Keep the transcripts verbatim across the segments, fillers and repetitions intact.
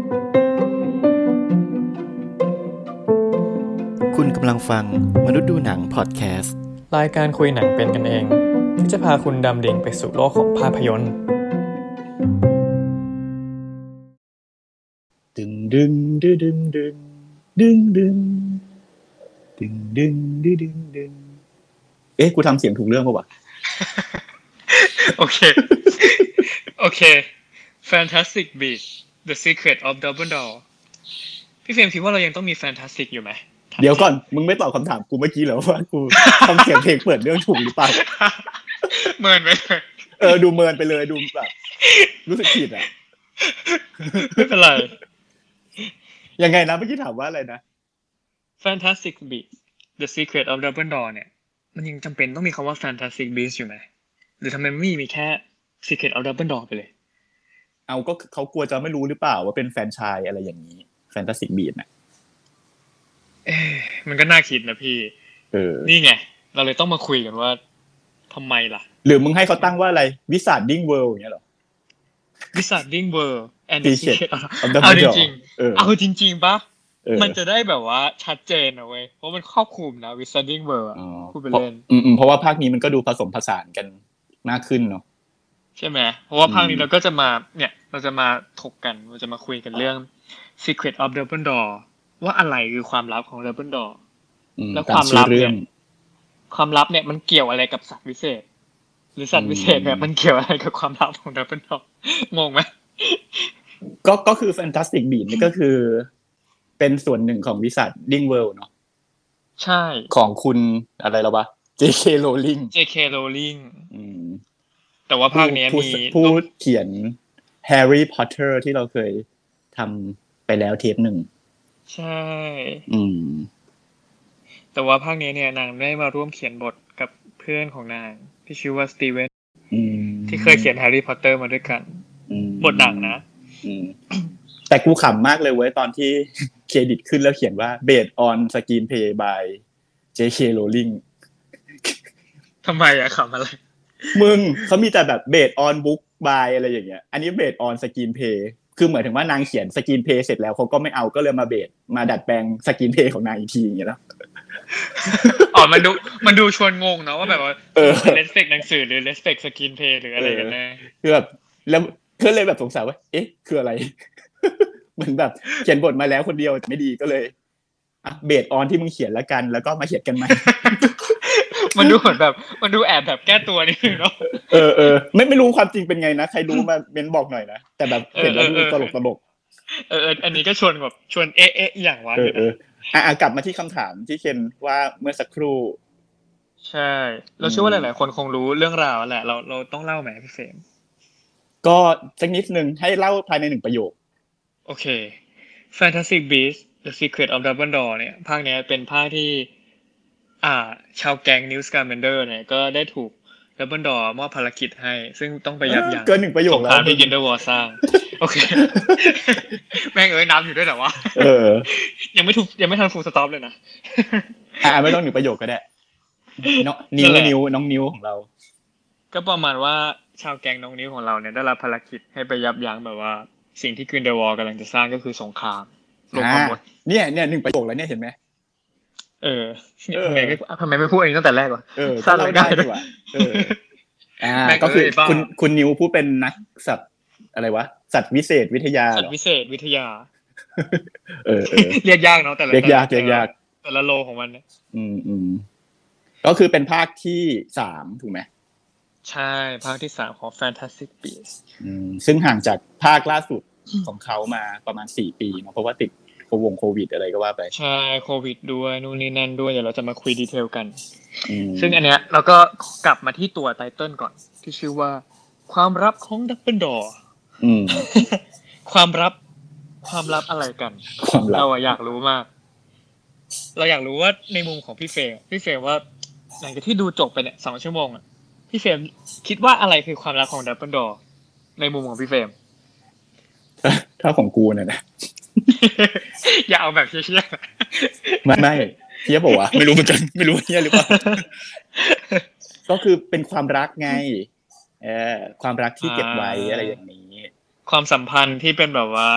คุณกำลังฟังมนุษย์ดูหนังพอดแคสต์รายการคุยหนังเป็นกันเองที่จะพาคุณดำดิ่งไปสู่โลกของภาพยนตร์ดึงดึงดึงดึงดึงดึงดึงดึงดึงดึงดึงดึงเอ๊ะกูทำเสียงถูกเรื่องป่ะวะโอเคโอเค Fantastic Beasts The Secret of Dumbledore พี่เฟรมคิดว่าเรายังต้องมี Fantastic อยู่ไหมเดี๋ยวก่อนมึงไม่ตอบคำถามกูเมื่อกี้เหรอว่ากูทำเสียงเพลงเปิดเรื่องถูกหรือเปล่าเมินไปเออดูเมินไปเลยดูแบบรู้สึกผิดอ่ะไม่เป็นไรยังไงนะเมื่อกี้ถามว่าอะไรนะ Fantastic Beasts The Secret of Dumbledore เนี่ยมันยังจำเป็นต้องมีคำว่า Fantastic Beasts อยู่ไหมหรือทำไมไม่มีแค่ Secret of Dumbledore ไปเลยเอาก็เขากลัวจะไม่รู้หรือเปล่าว่าเป็นแฟรนไชส์อะไรอย่างนี้ Fantastic Beasts น่ะเอ๊ะมันก็น่าคิดนะพี่เออนี่ไงเราเลยต้องมาคุยกันว่าทำไมล่ะหรือมึงให้เขาตั้งว่าอะไร Wizarding World อย่างเงี้ยหรอ Wizarding World and the Secret of Dumbledore เอาจริงๆเออเอาจริงๆป่ะมันจะได้แบบว่าชัดเจนนะเว้ยเพราะมันครอบคลุมนะ Wizarding World อ่ะพูดไปเล่นอืมๆเพราะว่าภาคนี้มันก็ดูผสมผสานกันมากขึ้นเนาะใช่ไหมเพราะว่าภาคนี้เราก็จะมาเนี่ยเราจะมาถกกันเราจะมาคุยกันเรื่อง Secret of Dumbledore ว่าอะไรคือความลับของ Dumbledore แล้วความลับเนี่ยความลับเนี่ยมันเกี่ยวอะไรกับสัตว์วิเศษหรือสัตว์วิเศษเนี่ยมันเกี่ยวอะไรกับความลับของ Dumbledore งงไหมก็ก็คือ Fantastic Beasts นี่ก็คือเป็นส่วนหนึ่งของ Wizarding World เนาะใช่ของคุณอะไรแล้ววะ เจ เค Rowling เจ เค Rowling อืมแต่ว่าภาคนี้มีผู้เขียน Harry Potter ที่เราเคยทำไปแล้วเทปหนึ่งใช่อืมแต่ว่าภาคนี้เนี่ยนางได้มาร่วมเขียนบทกับเพื่อนของนางที่ชื่อว่าสตีเวนที่เคยเขียน Harry Potter มาด้วยกันบทหนังนะแต่กูขำมากเลยเว้ยตอนที่เครดิตขึ้นแล้วเขียนว่า based on screenplay by เจ เค Rowling ทำไมอะขำอะไรมึงเขามีแต่แบบ based on book by อะไรอย่างเงี้ยอันนี้ based on screenplay คือเหมือนถึงว่านางเขียน screenplay เสร็จแล้วเขาก็ไม่เอาก็เลยมาเบสมาดัดแปลง screenplay ของนางอีกทีอย่างเงี้ยเนาะอ๋อมันดูมันดูชวนงงเนาะว่าแบบว่าเออ respect หนังสือหรือ respect screenplay หรืออะไรกันแน่คือแบบแล้วเพื่อนเลยแบบสงสัยว่าเอ๊ะคืออะไรเหมือนแบบเขียนบทมาแล้วคนเดียวไม่ดีก็เลยอ่ะเบสออนที่มึงเขียนแล้วกันแล้วก็มาเขียนกันใหม่มันดูเหมือนแบบมันดูแอบแบบแก้ตัวนิดนึงเนาะเออเออไม่ไม่รู้ความจริงเป็นไงนะใครรู้มาเม้นบอกหน่อยนะแต่แบบเห็นแล้วดูตลกตลกเอออันนี้ก็ชวนแบบชวนเอ๊ะเอ๊ะอย่างวะเออเอออ่ะกลับมาที่คำถามที่เคนว่าเมื่อสักครู่ใช่เราเชื่อว่าหลายๆคนคงรู้เรื่องราวแหละเราเราต้องเล่าไหมพี่เฟรมก็สักนิดนึงให้เล่าภายในหนึ่งประโยคโอเค Fantastic Beasts The Secret of Dumbledore เนี่ยภาคนี้เป็นภาคที่อ่าชาวแก๊งนิวสการ์แมนเดอร์เนี่ยก็ได้ถูก Dumbledore มอบภารกิจให้ซึ่งต้องไปยับยั้งเกินหนึ่งประโยคแล้วสงครามที่ Grindelwald สร้างโอเคแม่งเอ้ยนับอยู่ด้วยเหรอวะเออยังไม่ถูกยังไม่ทันฟูลสต็อปเลยนะอ่าไม่ต้องหนึ่งประโยคก็ได้น้องนิ้วนิ้วน้องนิ้วของเราก็ประมาณว่าชาวแก๊งน้องนิ้วของเราเนี่ยได้รับภารกิจให้ไปยับยั้งแบบว่าสิ่งที่ Grindelwald กำลังจะสร้างก็คือสงครามลงพมดเนี่ยเนี่ยหนึ่งประโยคแล้วเนี่ยเห็นไหมเออทำไมไม่ทำไมไม่พูดเองตั้งแต่แรกวะเออสร้างได้ด้วยว่ะเอออ่าก็คือคุณคุณนิ้วผู้เป็นนักสัตว์อะไรวะสัตว์วิเศษวิทยาสัตว์วิเศษวิทยาเออเรียกยากเนาะแต่ละเรียกยากเรียกยากแต่ละโลของมันเนี่ยอืมอืมก็คือเป็นภาคที่สามถูกไหมใช่ภาคที่สามของ Fantastic Beasts อืมซึ่งห่างจากภาคล่าสุดของเขามาประมาณสี่ปีเนาะเพราะว่าติดโควงโควิดอะไรก็ว่าไปใช่โควิดด้วยนู่นนี่นั่นด้วยเดี๋ยวเราจะมาคุยดีเทลกันซึ่งอันเนี้ยเราก็กลับมาที่ตัวไตเติ้ลก่อนที่ชื่อว่าความลับของดัมเบิลดอร์อืมความลับความลับอะไรกันเราอยากรู้มากเราอยากรู้ว่าในมุมของพี่เฟรมพี่เฟรมว่าหลังจากที่ดูจบไปเนี่ยสองชั่วโมงอ่ะพี่เฟรมคิดว่าอะไรคือความลับของดัมเบิลดอร์ในมุมของพี่เฟรมถ้าของกูเนี่ยนะอย่าเอาแบบเชี่ยๆไม่ไม่เชี่ยบอกว่าไม่รู้เหมือนกันไม่รู้เชี่ยหรือเปล่าก็คือเป็นความรักไงเออความรักที่เก็บไว้อะไรอย่างนี้ความสัมพันธ์ที่เป็นแบบว่า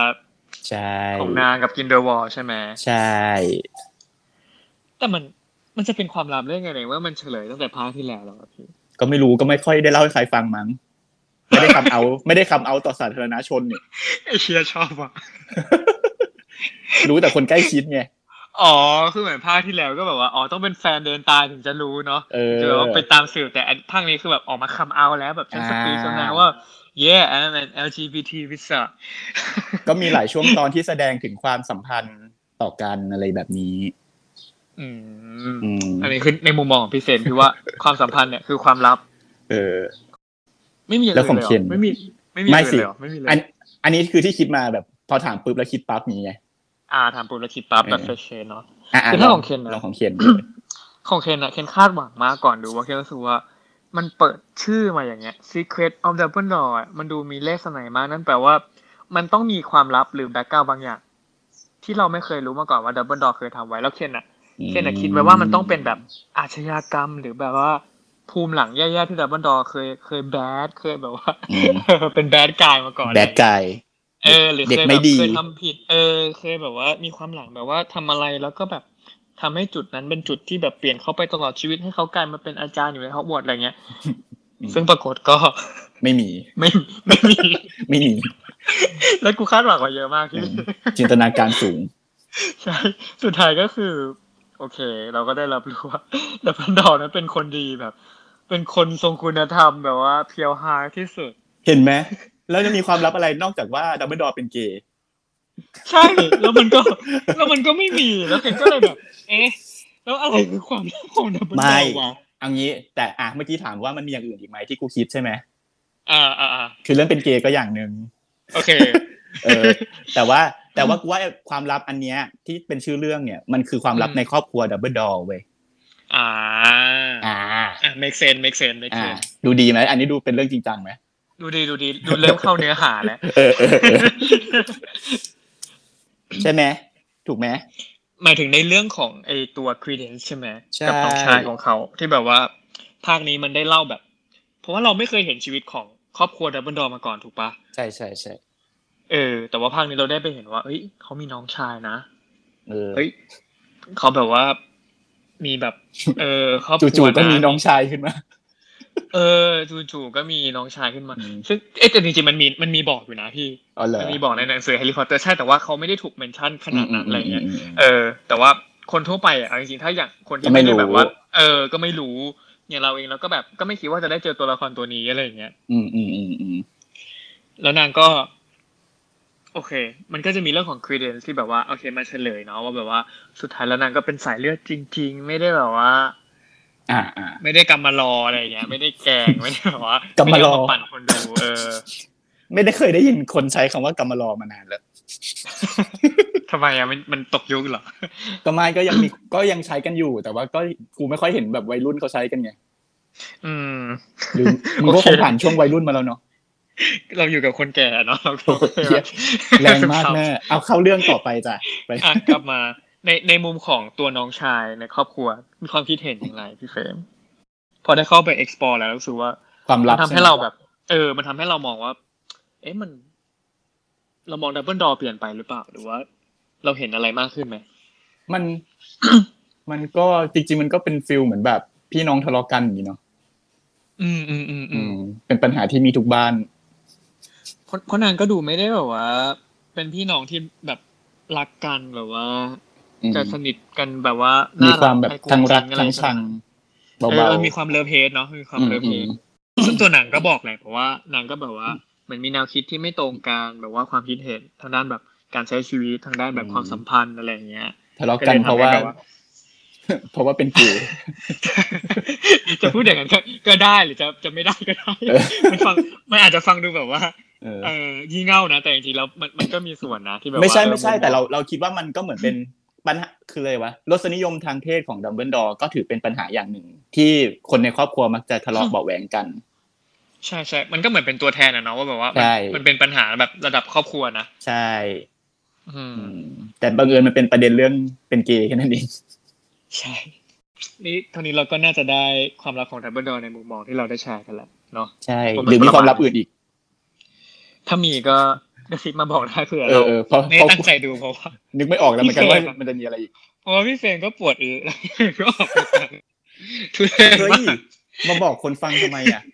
ใช่ของนางกับกินเดอร์วอลใช่ไหมใช่แต่มันมันจะเป็นความลับได้ไงเนี่ยว่ามันเฉลยตั้งแต่ภาคที่แล้วแล้วพี่ก็ไม่รู้ก็ไม่ค่อยได้เล่าให้ใครฟังมั้งไม่ได้คำเอาไม่ได้คำเอาต่อสาธารณชนเนี่ยไอ้เชียชอบอ่ะรู้แต่คนใกล้ชิดไงอ๋อคือเหมือนภาคที่แล้วก็แบบว่าอ๋อต้องเป็นแฟนเดินตามถึงจะรู้เนาะจะแบบว่าไปตามสื่อแต่ภาคนี้คือแบบออกมาคัมเอาแล้วแบบฉันสปีกแล้วนะว่า yeah I'm an แอล จี บี ที visa ก็มีหลายช่วงตอนที่แสดงถึงความสัมพันธ์ต่อกันอะไรแบบนี้อืมอันนี้คือในมุมมองของพี่เซนคือว่าความสัมพันธ์เนี่ยคือความลับเออไม่มีอะไรเลยเหรอไม่มีไม่มีอะไรเลยเหรอไม่มีเลยอันอันนี้คือที่คิดมาแบบพอถามปุ๊บแล้วคิดปั๊บนี้ไงอ่าถามปุ๊บแล้วคิดปั๊บแบบเฟรชเชนเนาะคือถ้าของเคนนะของเคนของเคนอะเคนคาดหวังมากก่อนดูว่าเคนรู้สึกว่ามันเปิดชื่อมาอย่างเงี้ย Secret of Dumbledore มันดูมีเลขสมัยมากนั่นแปลว่ามันต้องมีความลับหรือแบ็คกราวด์บางอย่างที่เราไม่เคยรู้มาก่อนว่า Dumbledore เคยทำไว้แล้วเคนอะเคนอะคิดไว้ว่ามันต้องเป็นแบบอาชญากรรมหรือแบบว่าภูมิหลังแย่ๆที่ Dumbledore เคยเคยแบดเคยแบบว่าเป็นแบดกายมาก่อนแบดกายเออหรือเคยแบบเคยทำผิดเออเคยแบบว่ามีความหลังแบบว่าทำอะไรแล้วก็แบบทำให้จุดนั้นเป็นจุดที่แบบเปลี่ยนเขาไปตลอดชีวิตให้เขากลายมาเป็นอาจารย์อยู่ในฮอกวอตส์อะไรเงี้ยซึ่งปรากฏก็ไม่มีไม่ไม่มีไม่มีแล้วกูคาดหวังไว้เยอะมากที่จินตนาการสูงใช่สุดท้ายก็คือโอเคเราก็ได้รับรู้ว่าดับเบิลดอร์นั้นเป็นคนดีแบบเป็นคนทรงคุณธรรมแบบว่าเพียวฮาร์ที่สุดเห็นไหมแล้วจะมีความลับอะไรนอกจากว่าดับเบิลดอร์เป็นเกย์ใช่แล้วมันก็แล้วมันก็ไม่มีแล้วเคนก็เลยแบบเอ๊ะแล้วอะไรคือความลับของดับเบิลดอร์วะเอางี้แต่อ่ะเมื่อกี้ถามว่ามันมีอย่างอื่นอีกไหมที่กูคิดใช่ไหมอ่าอ่าอ่าคือเรื่องเป็นเกย์ก็อย่างนึงโอเคเออแต่ว่าแต่ว่ากูว่าความลับอันเนี้ยที่เป็นชื่อเรื่องเนี่ยมันคือความลับในครอบครัวดับเบิลดอร์เว้ยอ่าอ่าอ่ะ make sense make sense make sense ดูดีไหมอันนี้ดูเป็นเรื่องจริงจังไหมดูดีดูดีดูเริ่มเข้าเนื้อหาแล้วเออใช่ไหมถูกไหมหมายถึงในเรื่องของไอตัว Credence ใช่ไหมกับน้องชายของเขาที่แบบว่าภาคนี้มันได้เล่าแบบเพราะว่าเราไม่เคยเห็นชีวิตของครอบครัวดับเบิลดอร์มาก่อนถูกปะใช่ใช่ใช่เออแต่ว่าภาคนี้เราได้ไปเห็นว่าเฮ้ยเขามีน้องชายนะเออเฮ้ยเขาแบบว่ามีแบบเออครอบครัวจู่ๆก็มีน้องชายขึ้นมาเออจู่ๆก็มีน้องชายขึ้นมาซึ่งเอ๊ะแต่จริงๆมันมีมันมีบอกอยู่นะพี่มันมีบอกในหนังสือแฮร์รี่พอตเตอร์ใช่แต่ว่าเขาไม่ได้ถูกเมนชั่นขนาดนั้นอะไรเงี้ยเออแต่ว่าคนทั่วไปอ่ะจริงๆถ้าอย่างคนที่ไม่ได้แบบว่าเออก็ไม่รู้อย่างเราเองเราก็แบบก็ไม่คิดว่าจะได้เจอตัวละครตัวนี้อะไรอย่างเงี้ยอืมอืมอืมอืมแล้วนางก็โอเคมันก็จะมีเรื่องของ Credence ที่แบบว่าโอเคมาเฉลยเนาะว่าแบบว่าสุดท้ายแล้วนางก็เป็นสายเลือดจริงๆไม่ได้แบบว่าอ่าอ่าไม่ได้กำมารออะไรอย่างเงี้ยไม่ได้แกงไม่ได้แบบว่ากำมารอปั่นคนดูเออไม่ได้เคยได้ยินคนใช้คำว่ากำมารอมานานแล้วทำไมอ่ะมันมันตกยุคเหรอก็ไม่ก็ยังมีก็ยังใช้กันอยู่แต่ว่าก็กูไม่ค่อยเห็นแบบวัยรุ่นเขาใช้กันไงอืมหรือมึงก็คงผ่านช่วงวัยรุ่นมาแล้วเนาะเราอยู่กับคนแก่เนาะเราก็แรงมากแน่เอาเข้าเรื่องต่อไปจ้ะไปกลับมาในในมุมของตัวน้องชายในครอบครัวมีความคิดเห็นอย่างไรพี่เฟรมพอได้เข้าไป explore แล้วรู้สึกว่าความลับมันทำให้เราแบบเออมันทำให้เรามองว่าเอ๊ะมันเรามองดับเบิลดอร์เปลี่ยนไปหรือเปล่าหรือว่าเราเห็นอะไรมากขึ้นไหมมันมันก็จริงๆมันก็เป็นฟิลเหมือนแบบพี่น้องทะเลาะกันอย่างนี้เนาะอืมอืมอืมอืมเป็นปัญหาที่มีทุกบ้านเพราะนางก็ดูไม่ได้แบบว่าเป็นพี่น้องที่แบบรักกันแบบว่าจะสนิทกันแบบว่ามีความแบบทั้งรักทั้งชังเบาๆมีความเลิฟเฮทเนาะมีความเลิฟเฮทซึ่งตัวหนังก็บอกแหละเพราะว่านางก็แบบว่าเหมือนมีแนวคิดที่ไม่ตรงกันแบบว่าความคิดเห็นทางด้านแบบการใช้ชีวิตทางด้านแบบความสัมพันธ์อะไรอย่างเงี้ยทะเลาะกันเพราะว่าเพราะว่าเป็นเกย์จะพูดอย่างนั้นก็ได้หรือจะจะไม่ได้ก็ได้มันฟังมันอาจจะฟังดูแบบว่าเออยี่เง่านะแต่จริงๆแล้วมันมันก็มีส่วนนะที่แบบว่าไม่ใช่ไม่ใช่แต่เราเราคิดว่ามันก็เหมือนเป็นปัญหาคืออะไรวะรสนิยมทางเพศของดัมเบิลดอร์ก็ถือเป็นปัญหาอย่างหนึ่งที่คนในครอบครัวมักจะทะเลาะเบาะแหวงกันใช่ใช่มันก็เหมือนเป็นตัวแทนอะเนาะว่าแบบว่ามันเป็นปัญหาแบบระดับครอบครัวนะใช่แต่บังเอิญมันเป็นประเด็นเรื่องเป็นเกย์แค่นั้นเองใช่นี่เท่านี้เราก็น่าจะได้ความลับของดัมเบิลดอร์ในมุมมองที่เราได้แชร์กันแล้วเนาะใช่หรือมีความลับอื่นอีกถ้ามีก็กระซิบมาบอกได้เผื่อเอเราอเออเพราะไม่เพราะตั้งใจดูเพราะว่านึกไม่ออกแล้วเหมือนกันว่ามันจะมีอะไรอีกเพราะว่าพี่เฟรมก็ปวดอึแล้วพี่เฟรมก็ออกไปตัดทุเรศเฮ้มาย กมาบอกคนฟังทำไมอ่ะ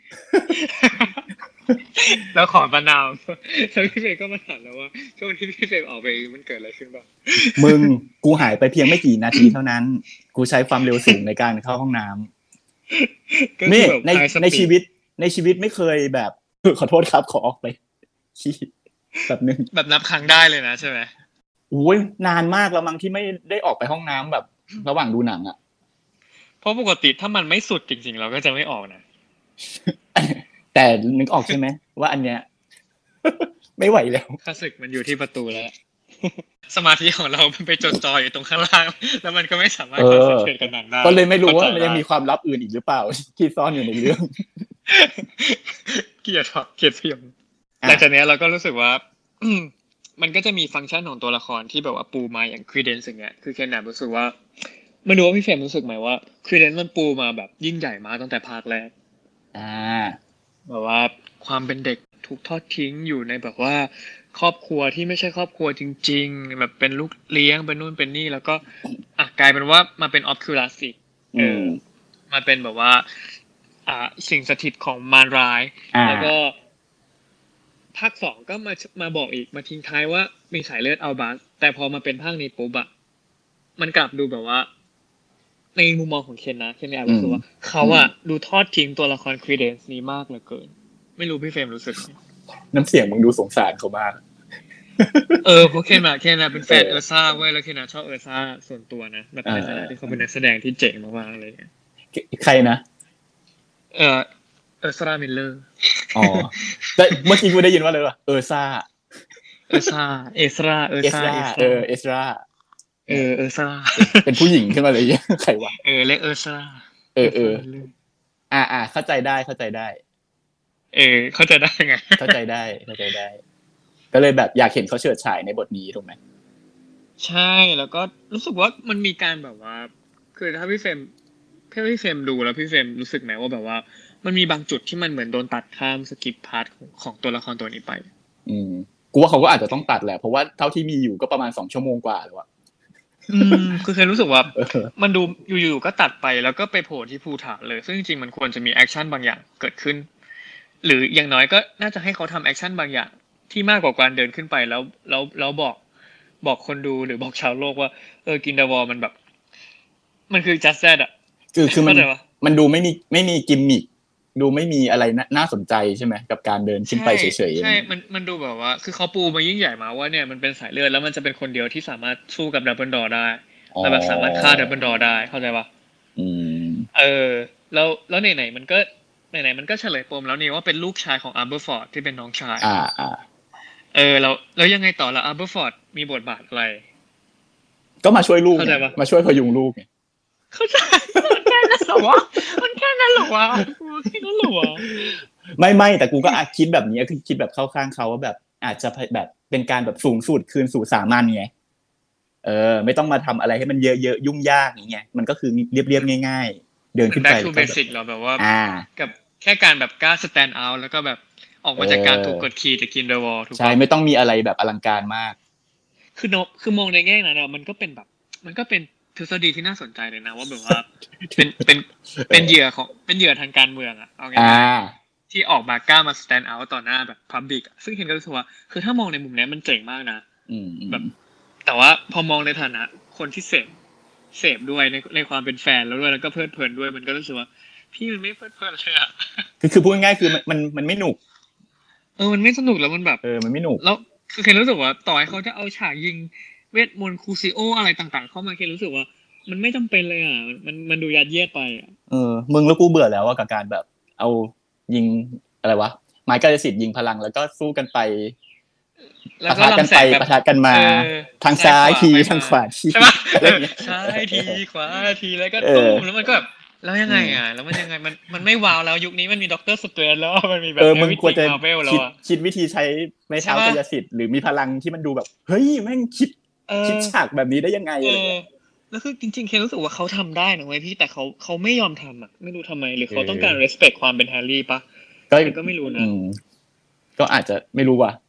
แล้วขอประนามแล้วพี่เฟรมก็มาถามแล้วว่าช่วงที่พี่เฟรมออกไปมันเกิดอะไรขึ้นบ้างมึงกูหายไปเพียงไม่กี่นาทีเท่านั้น กูใช้ความเร็วสูงในการเข้าห้องน้ำก็นี่คือแบบใน high speed ในชีวิตในชีวิตไม่เคยแบบ ขอโทษครับขอออกไปขี้แบบนึงแบบนับครั้งได้เลยนะใช่ไหมโอ้ยนานมากแล้วมั้งที่ไม่ได้ออกไปห้องน้ำแบบ ระหว่างดูหนังอ่ะเพราะปกติถ้ามันไม่สุดจริงๆเราก็จะไม่ออกนะแต่นึกออกใช่ไหมว่าอันเนี้ย ไม่ไหวแล้วข้าศึกมันอยู่ที่ประตูแล้ว สมาธิของเรามันไปจดจ่ออยู่ตรงข้างล่างแล้วมันก็ไม่สามารถเออคอนเซนเทรตกับหนังได้ก็เลยไม่รู้ว่ามันเข้ยังใจมีความลับอื่นอีกหรือเปล่า ที่ซ่อนอยู่ในเรื่องเกลียดครับเกลียดเสียงอ่ะหลังจากนี้เราก็รู้สึกว่า มันก็จะมีฟังก์ชันของตัวละครที่แบบว่าปูมาอย่างครีเดนซ์อย่างเงี้ยคือเคนน่ะรู้สึกว่าไม่รู้ว่าพี่เฟรมรู้สึกไหมว่าครีเดนซ์มันปูมาแบบยิ่งใหญ่มากตั้งแต่ภาคแรกอ่าแบบว่าความเป็นเด็กถูกทอดทิ้งอยู่ในแบบว่าครอบครัวที่ไม่ใช่ครอบครัวจริงๆแบบเป็นลูกเลี้ยงเป็นนู่นเป็นนี่แล้วก็อ่ะกลายเป็นว่ามาเป็นออฟคิวลัสสิเออมาเป็นแบบว่า อ่าสิ่งสถิตของมารร้ายอ่าแล้วก็ภาคสองก็มามาบอกอีกมาทิ้งท้ายว่ามีสายเลือดอัลบัสแต่พอมาเป็นภาคนี้ปุ๊บอะมันกลับดูแบบว่า ในมุมมองของเคนนะเคนเนี่ยรู้สึกว่าเขาอะดูทอดทิ้งตัวละครครีเดนซ์นี้มากเหลือเกินไม่รู้พี่เฟรมรู้สึกไหมน้ำเสียงมึงดูสงสารเขามากเออเพราะเคนอะเคนอะเป็นแฟนเออร์ซ่าเว้ยแล้วเคนอะชอบเออร์ซ่าส่วนตัวนะแบบในฐานะที่เขาเป็นนักแสดงที่เจ๋งมากๆอะไรอย่างเงี้ยใครนะเออเออร์ซ่ามิลเลอร์อ๋อแต่เมื่อกี้กูได้ยินว่าอะไรวะเออซ่าเออร์ซ่าเอสราเออร์เอสซ่าราเออเอสราเออเออร์ซ่าเป็นผู้หญิงขึ้นมาเลย ใครวะเออเรียกเออร์ซ่าเออเอออ่าอ่าเข้าใจได้เข้าใจได้เออเข้าใจได้ไงเข้าใจได้เข้าใจได้ ก็เลยแบบอยากเห็นเขาเฉิดฉายในบทนี้ถูกไหมใช่แล้วก็รู้สึกว่ามันมีการแบบว่าคือถ้าพี่เฟรมถ้าพี่เฟรมดูแล้วพี่เฟรมรู้สึกไหมว่าแบบว่ามันมีบางจุดที่มันเหมือนโดนตัดข้ามสกิปพาร์ทของของตัวละครตัวนี้ไปอืมกูว่าเขาก็อาจจะต้องตัดแหละเพราะว่าเท่าที่มีอยู่ก็ประมาณสองชั่วโมงกว่าแล้วอะอืมคือเคยรู้สึกว่าเออมันดูอยู่ๆก็ตัดไปแล้วก็ไปโผล่ที่ภูฐานเลยซึ่งจริงๆมันควรจะมีแอคชั่นบางอย่างเกิดขึ้น หรืออย่างน้อยก็น่าจะให้เขาทำแอคชั่นบางอย่างที่มากกว่าการเดินขึ้นไปแล้วแล้วแล้วบอกบอกคนดูหรือบอกชาวโลกว่าเออกินดาวอมันแบบ มันคือ just that อ่ะคือคือมันเข้าใจปะมันดูไม่มีไม่มีกิมมิคดูไม่มีอะไรน่าน่าสนใจใช่ไหมกับการเดินขึ้นไปเฉยๆใช่มันมันดูแบบว่า คือเขาปูมายิ่งใหญ่มาว่าเนี่ยมันเป็นสายเลือดแล้วมันจะเป็นคนเดียวที่สามารถสู้กับดับเบิลดอร์ได้แล้วแบบสามารถฆ่าดับเบิลดอร์ได้เข้าใจปะอืมเออแล้วแล้วไหนๆมันก็ไหนๆมันก็เฉลยปมแล้วนี่ว่าเป็นลูกชายของอาร์เบอร์ฟอร์ดที่เป็นน้องชายอ่าอ่าเออแล้วแล้วยังไงต่อละอาร์เบอร์ฟอร์ดมีบทบาทอะไรก็มาช่วยลูกเข้าใจปะมาช่วยพยุงลูกไงเข้าใจมันแค่นั้นเหรอวะมันแค่นั้นเหรอวะมันแค่นั้นเหรอวะไม่ไม่แต่กูก็อาจคิดแบบนี้คือคิดแบบเข้าข้างเขาว่าแบบอาจจะแบบเป็นการแบบสูงสุดคืนสู่สามัญไงเออไม่ต้องมาทำอะไรให้มันเยอะๆยุ่งยากอย่างเงี้ยมันก็คือเรียบๆง่ายๆเดินขึ้นไป back to basic เหรอแบบว่าอ่ากับแค่การแบบกล้า stand out แล้วก็แบบออกมาจากการถูกกดขี่จากกินเดอะวอลถูกใช่ปะไม่ต้องมีอะไรแบบอลังการมากคือโนคือมองในแง่นั้นอะมันก็เป็นแบบ มันก็เป็นทฤษฎีที่น่าสนใจเลยนะว่าแบบว่า เป็นเป็นเป็นเหยื่อของเป็นเหยื่อทางการเมืองอะเอาไงอ่าที่ออกมากล้ามา stand out ต่อหน้าแบบ public อะซึ่งเห็นก็รู้สึกว่าคือถ้ามองในมุมนี้มันเจ๋งมากนะอืมแบบ แต่ว่าพอมองในฐานะคนที่เสพเสพด้วยในในความเป็นแฟนแล้วด้วยแล้วก็เพลิดเพลินด้วยมันก็รู้สึกว่า พี่มันไม่เพลิดเพลินเลยอะคือคือพูดง่ายๆคือมันมันมันไม่หนุกเออมันไม่สนุกแล้วมันแบบเออมันไม่หนุกแล้วคือเคนรู้สึกว่าต่อให้เขาจะเอาฉากยิงเวทมนต์คูซิโออะไรต่างๆเข้ามาเคนรู้สึกว่ามันไม่จำเป็นเลยอ่ะมันมันดูยัดเยียดไปอ่ะเออมึงแล้วกูเบื่อแล้วว่ากับการแบบ เอายิงอะไรวะไม้กายสิทธิ์ยิงพลังแล้วก็สู้กันไปแล้วปะก็ทะกันลำแสไปงแบบปะทะกันมาเออทางซ้ายทีไปทางขวาทีใช่ปะอะไรอย่างเงี้ยซ้ายทีขวาทีแล้วก็เออตุ้มแล้วมันก็แบบแล้วยังไงอ่ะแล้วมันยังไงมันมันไม่ว้าวแล้วยุคนี้มันมีด็อกเตอร์สเตรนแล้วมันมีแบบเออมึงควรจะมาเวลแล้วคิดอ่ะคิดวิธีใช้ไม้เท้าใช่ปะกายสิทธิ์หรือมีพลังที่มันดูแบบเฮ้ยแม่งคิดเออคิดฉากแบบนี้ได้ยังไงเออะไรอเงี้ยแล้วคือจริงๆเคนรู้สึกว่าเขาทำได้นะเว้ยพี่แต่เขาเขาไม่ยอมทำอ่ะไม่รู้ทำไมหรือเขาเออต้องการ respect ความเป็นแฮร์รี่ปะก็แต่ก็ไม่รู้นะอืมก็อาจจะไม่รู้ว่ะ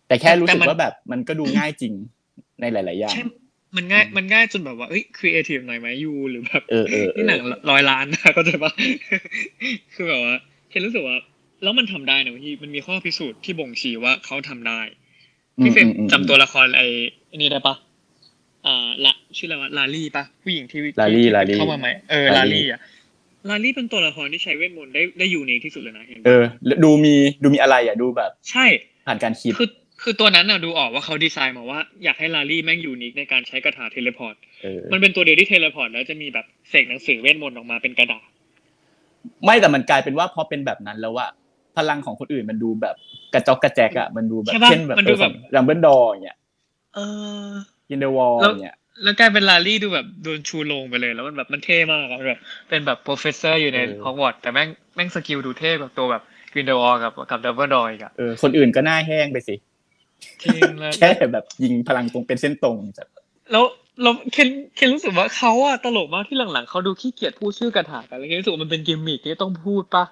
แต่แค่รู้สึกว่าแบบมันก็ดูง่ายจริงในหลายๆอย่างใช่มันง่ายมันง่ายจนแบบว่าเอ้ยครีเอทีฟหน่อยไหมยูหรือแบบเออเออนี่หนังร้อยล้านนะก็จะว่าคือแบบว่าเคนรู้สึกว่าแล้วมันทำได้นะพี่มันมีข้อพิสูจน์ที่บ่งชี้ว่าเขาทำได้พี่เฟรมจำตัวละครไอ้นี่ได้ปะอ่าละชื่ออะไรวะลาลี่ปะผู้หญิงที่ลาลี่ลาลี่เข้ามาใหม่เออลาลี่อ่ะลาลี่เป็นตัวละครที่ใช้เวทมนต์ได้ได้ยูนิคที่สุดเลยนะเห็นเออดูมีดูมีอะไรอ่ะดูแบบใช่ผ่านการคิดคือคือตัวนั้นน่ะดูออกว่าเขาดีไซน์มาว่าอยากให้ลาลี่แม่งยูนิคในการใช้คาถาเทเลพอร์ตมันเป็นตัวเดียวที่เทเลพอร์ตแล้วจะมีแบบเสกหนังสือเวทมนต์ออกมาเป็นกระดาษไม่แต่มันกลายเป็นว่าพอเป็นแบบนั้นแล้วว่าพลังของคนอื่นมันดูแบบกระจอกกระแจกอ่ะมันดูแบบเช่นแบบมันดูแบบดัมเบิลดอร์เนี่ยเอออินเดอะวอลเนี่ยแล้วกลายเป็นลาลี่ดูแบบโดนชูลงไปเลยแล้วมันแบบมันเท่มากอะแบบเป็นแบบโปรเฟสเซอร์อยู่ในฮอกวอตส์แต่แม่งแม่งสกิลดูเท่แบบตัวแบบกรินเดลวอลกับกับดัมเบิลดอร์อีกอ่ะเออคนอื่นก็หน้าแห้งไปสิจริงแล้วแค่แบบยิงพลังตรงเป็นเส้นตรงแล้วเราเคนเคนรู้สึกว่าเขาอะตลกมากที่หลังๆเขาดูขี้เกียจพูดชื่อกระถากันแล้วเคนรู้สึกมันเป็นกิมมิคที่ต้องพูดปะ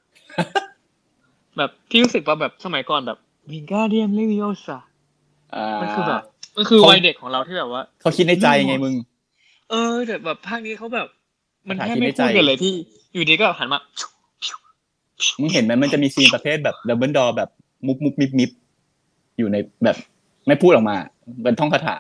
แบบที่รู้สึกว่าแบบสมัยก่อนแบบวิงการเดียมเลวิโอซามันคือแบบมันคือวัยเด็กของเราที่แบบว่าเขาคิดในใจไงมึงเออแต่แบบภาคนี้เขาแบบมันแทบไม่พูดกันเลยที่อยู่ดีก็หันมามึงเห็นไหมมันจะมีซีนประเภทแบบดับเบิลดอร์แบบมุบมุบมิบมิบอยู่ในแบบไม่พูดออกมาเป็นท่องคาถา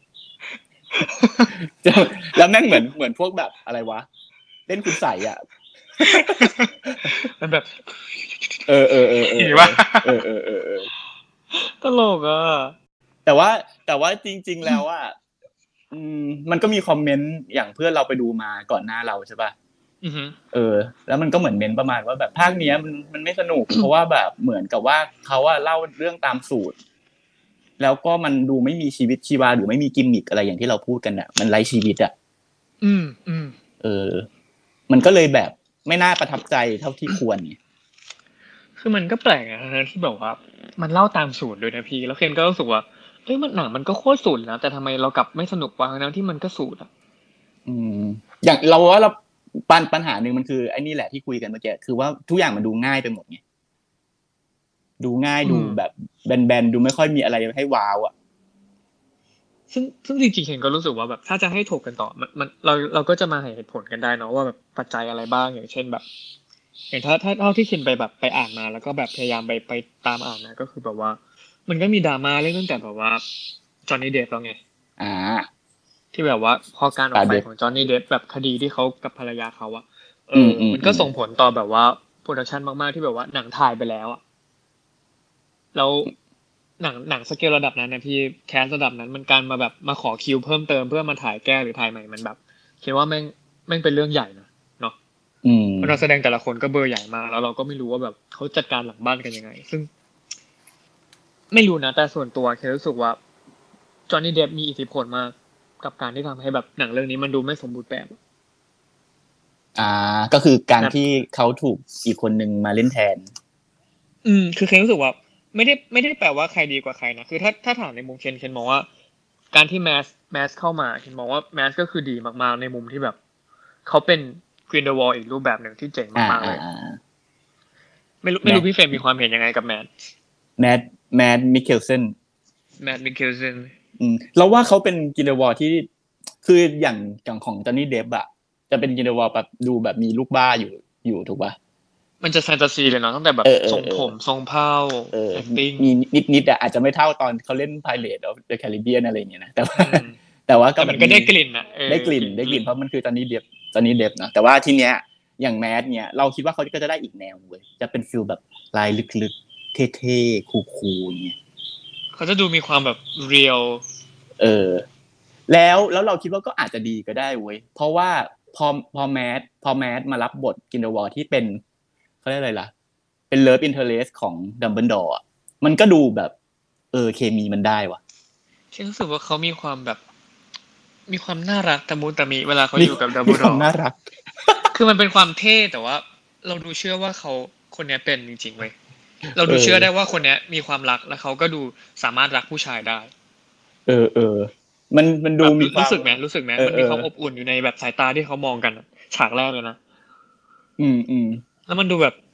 แล้วแม่งเหมือนเหมือนพวกแบบอะไรวะเล่นคุณใส่อ่ะมันแบบเออเออเออเออเออเออเออเออตลกอ่ะแต่ว่าแต่ว่าจริงๆแล้วอ่ะอืมมันก็มีคอมเมนต์อย่างเพื่อนเราไปดูมาก่อนหน้าเราใช่ป่ะเออแล้วมันก็เหมือนเมนประมาณว่าแบบภาคเนี้ยมันมันไม่สนุกเพราะว่าแบบเหมือนกับว่าเขาอะเล่าเรื่องตามสูตรแล้วก็มันดูไม่มีชีวิตชีวาหรือไม่มีกิมมิคอะไรอย่างที่เราพูดกันอ่ะมันไร้ชีวิตอ่ะอืมอืมเออมันก็เลยแบบไม่น่าประทับใจเท่าที่ควรไงคือมันก็แปลกนะที่แบบว่ามันเล่าตามสูตรด้วยนะพี่แล้วเคนก็รู้สึกว่าเฮ้ยมันหนังมันก็โคตรสูตรนะแต่ทำไมเรากลับไม่สนุกวะทั้งที่มันก็สูตรอ่ะอืมอย่างเราว่าเราปัญปัญหาหนึ่งมันคือไอ้นี่แหละที่คุยกันเมื่อกี้คือว่าทุกอย่างมันดูง่ายไปหมดไงดูง่ายดูแบบแบนๆดูไม่ค่อยมีอะไรให้ว้าวอ่ะซึ่งซึ่งจริงๆเห็นก็รู้สึกว่าแบบถ้าจะให้ถกกันต่อมันมันเราเราก็จะมาหาเหตุผลกันได้เนาะว่าแบบปัจจัยอะไรบ้างอย่างเช่นแบบอย่างถ้าถ้าเท่าที่เคนไปแบบไปอ่านมาแล้วก็แบบพยายามไปไปตามอ่านนะก็คือแบบว่ามันก็มีดราม่าเรื่องตั้งแต่แบบว่าจอห์นนี่เดฟแล้วไงอ่าที่แบบว่าพอการออกไปของจอห์นนี่เดฟแบบคดีที่เขากับภรรยาเขาอะเออมันก็ส่งผลต่อแบบว่าโปรดักชันมากๆที่แบบว่าหนังถ่ายไปแล้วอะแล้วหนังหนังสเกลระดับนั้นนะพี่แคสระดับนั้นมันการมาแบบมาขอคิวเพิ่มเติมเพื่อมาถ่ายแก้หรือถ่ายใหม่มันแบบคิดว่าแม่งแม่งเป็นเรื่องใหญ่นะเนาะเพราะนักแสดงแต่ละคนก็เบอร์ใหญ่มากแล้วเราก็ไม่รู้ว่าแบบเขาจัดการหลังบ้านกันยังไงซึ่งไม่รู้นะแต่ส่วนตัวเครู้สึกว่าจอห์นนี่เดฟมีอิทธิพลมากกับการที่ทำให้แบบหนังเรื่องนี้มันดูไม่สมบูรณ์แบบอ่าก็คือการที่เขาถูกอีกคนนึงมาเล่นแทนอืมคือเครู้สึกว่าไม่ได้ไม่ได้แปลว่าใครดีกว่าใครนะคือถ้าถ้าถามในมุมเคนเคนมองว่าการที่แมสแมสเข้ามาเคนมองว่าแมสก็คือดีมากๆในมุมที่แบบเขาเป็นกรีนเดอะวอลอีกรูปแบบหนึ่งที่เจ๋งมากๆเลยไม่รู้ไม่รู้พี่เฟรมมีความเห็นยังไงกับแมสแมสแมสมิเคลเซนแมสมิเคลเซนอืมเราว่าเขาเป็นกรีนเดอะวอลที่คืออย่างอย่างของจอห์นนี่เดฟอะจะเป็นกรีนเดอะวอลแบบดูแบบมีลูกบ้าอยู่อยู่ถูกป่ะมันจะแฟนตาซีเลยเนาะตั้งแต่แบบทรงผมทรงเผ้า acting มีนิดๆอ่ะอาจจะไม่เท่าตอนเขาเล่น Pirates of the Caribbean อะไรอย่างเงี้ยนะแต่ว่าแต่ว่าก็มันก็ได้กลิ่นนะได้กลิ่นได้กลิ่นเพราะมันคือตอนนี้เดฟตอนนี้เดฟนะแต่ว่าทีเนี้ยอย่างแมสเนี่ยเราคิดว่าเขาก็จะได้อีกแนวเว้ยจะเป็นฟีลแบบลายลึกๆเท่ๆคูลๆเงี้ยเขาจะดูมีความแบบเรียลเออแล้วแล้วเราคิดว่าก็อาจจะดีก็ได้เว้ยเพราะว่าพอพอแมสพอแมสมารับบทกินเดอะวอลที่เป็นเขาเรียกอะไรล่ะเป็นเลิฟอินเทอร์เรสของดัมเบิลดอร์มันก็ดูแบบเออเคมีมันได้ว่ะฉันรู้สึกว่าเขามีความแบบมีความน่ารักตะมุตะมิเวลาเขาอยู่กับดัมเบิลดอร์มีความน่ารักคือมันเป็นความเท่แต่ว่าเราดูเชื่อว่าเขาคนนี้เป็นจริงๆเว้ยเราดูเชื่อได้ว่าคนนี้มีความรักและเขาก็ดูสามารถรักผู้ชายได้เออเออมันมันดูมีความรู้สึกไหมรู้สึกไหมมันมีความอบอุ่นอยู่ในแบบสายตาที่เขามองกันฉากแรกเลยนะอืมอืมแล้วมันดูแบบ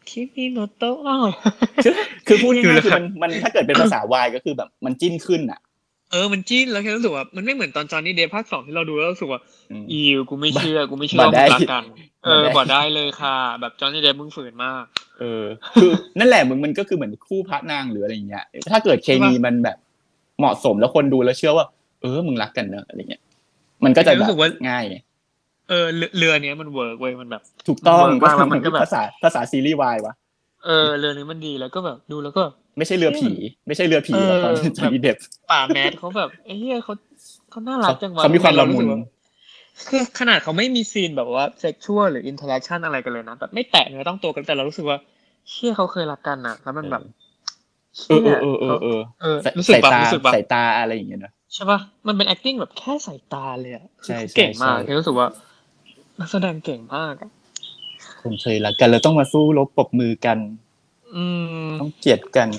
คิมิโนโตะอ้าวคือคือพูดอยู่ง่าเลย ยๆคือมันมันถ้าเกิดเป็นภาษาวายก็คือแบบมันจิ้นขึ้นอ่ะเออมันจิ้นแล้วแค่รู้สึกว่ามันไม่เหมือนตอนจอห์นนี่เดฟภาคสองที่เราดูแล้วรู้สึกว่าอืมอีวกูไม่เชื่อกูไม่เชื่อบ่ว่าได้มึงรักกัน เออบ่ได้บ่ได้เลยค่ะ แบบจอห์นนี่เดฟมึงฝืนมากเออคือนั่นแหละมึงมันก็คือเหมือนคู่พระนางหรืออะไรอย่างเงี้ยถ้าเกิดเคมีมันแบบเหมาะสมแล้วคนดูแล้วเชื่อว่าเออมึงรักกันเนอะอะไรเงี้ยมันก็จะแบบง่ายเออเรือเรือเนี้ยมันเวิร์กเว้ยมันแบบถูกต้องมันเวิร์กมากแล้วมันก็แบบภาษาภาษาซีรีส์วายวะเออเรือนี้มันดีแล้วก็แบบดูแล้วก็ไม่ใช่เรือผี ไม่ใช่เรือผีเออตอนจอห์นนี่เดฟป่าแมสเขาแบบไอ้เหี้ยเขาเขาน่ารักจังวะเขามีความละมุนคือขนาดเขาไม่มีซีนแบบว่าเซ็กชวลหรืออินเทอร์แอคชั่นอะไรกันเลยนะแบบไม่แตะเนื้อต้องตัวกันแต่เรารู้สึกว่าเชี่ยเขาเคยรักกันนะแล้วมันแบบเออเออเออเออเออเออรู้สึกสายป่ะตารู้สึกป่ะสายตาอะไรอย่างเงี้ยนะใช่ป่ะมันเป็น acting แบบแค่สายตาเลยอ่ะใช่คือเก่งมากใช่ใช่คือรู้สึกว่านักแสดงเก่งมากอะคนเคยรักกันแล้วต้องมาสู้รบปรบมือกันอืมต้องเกลียดกัน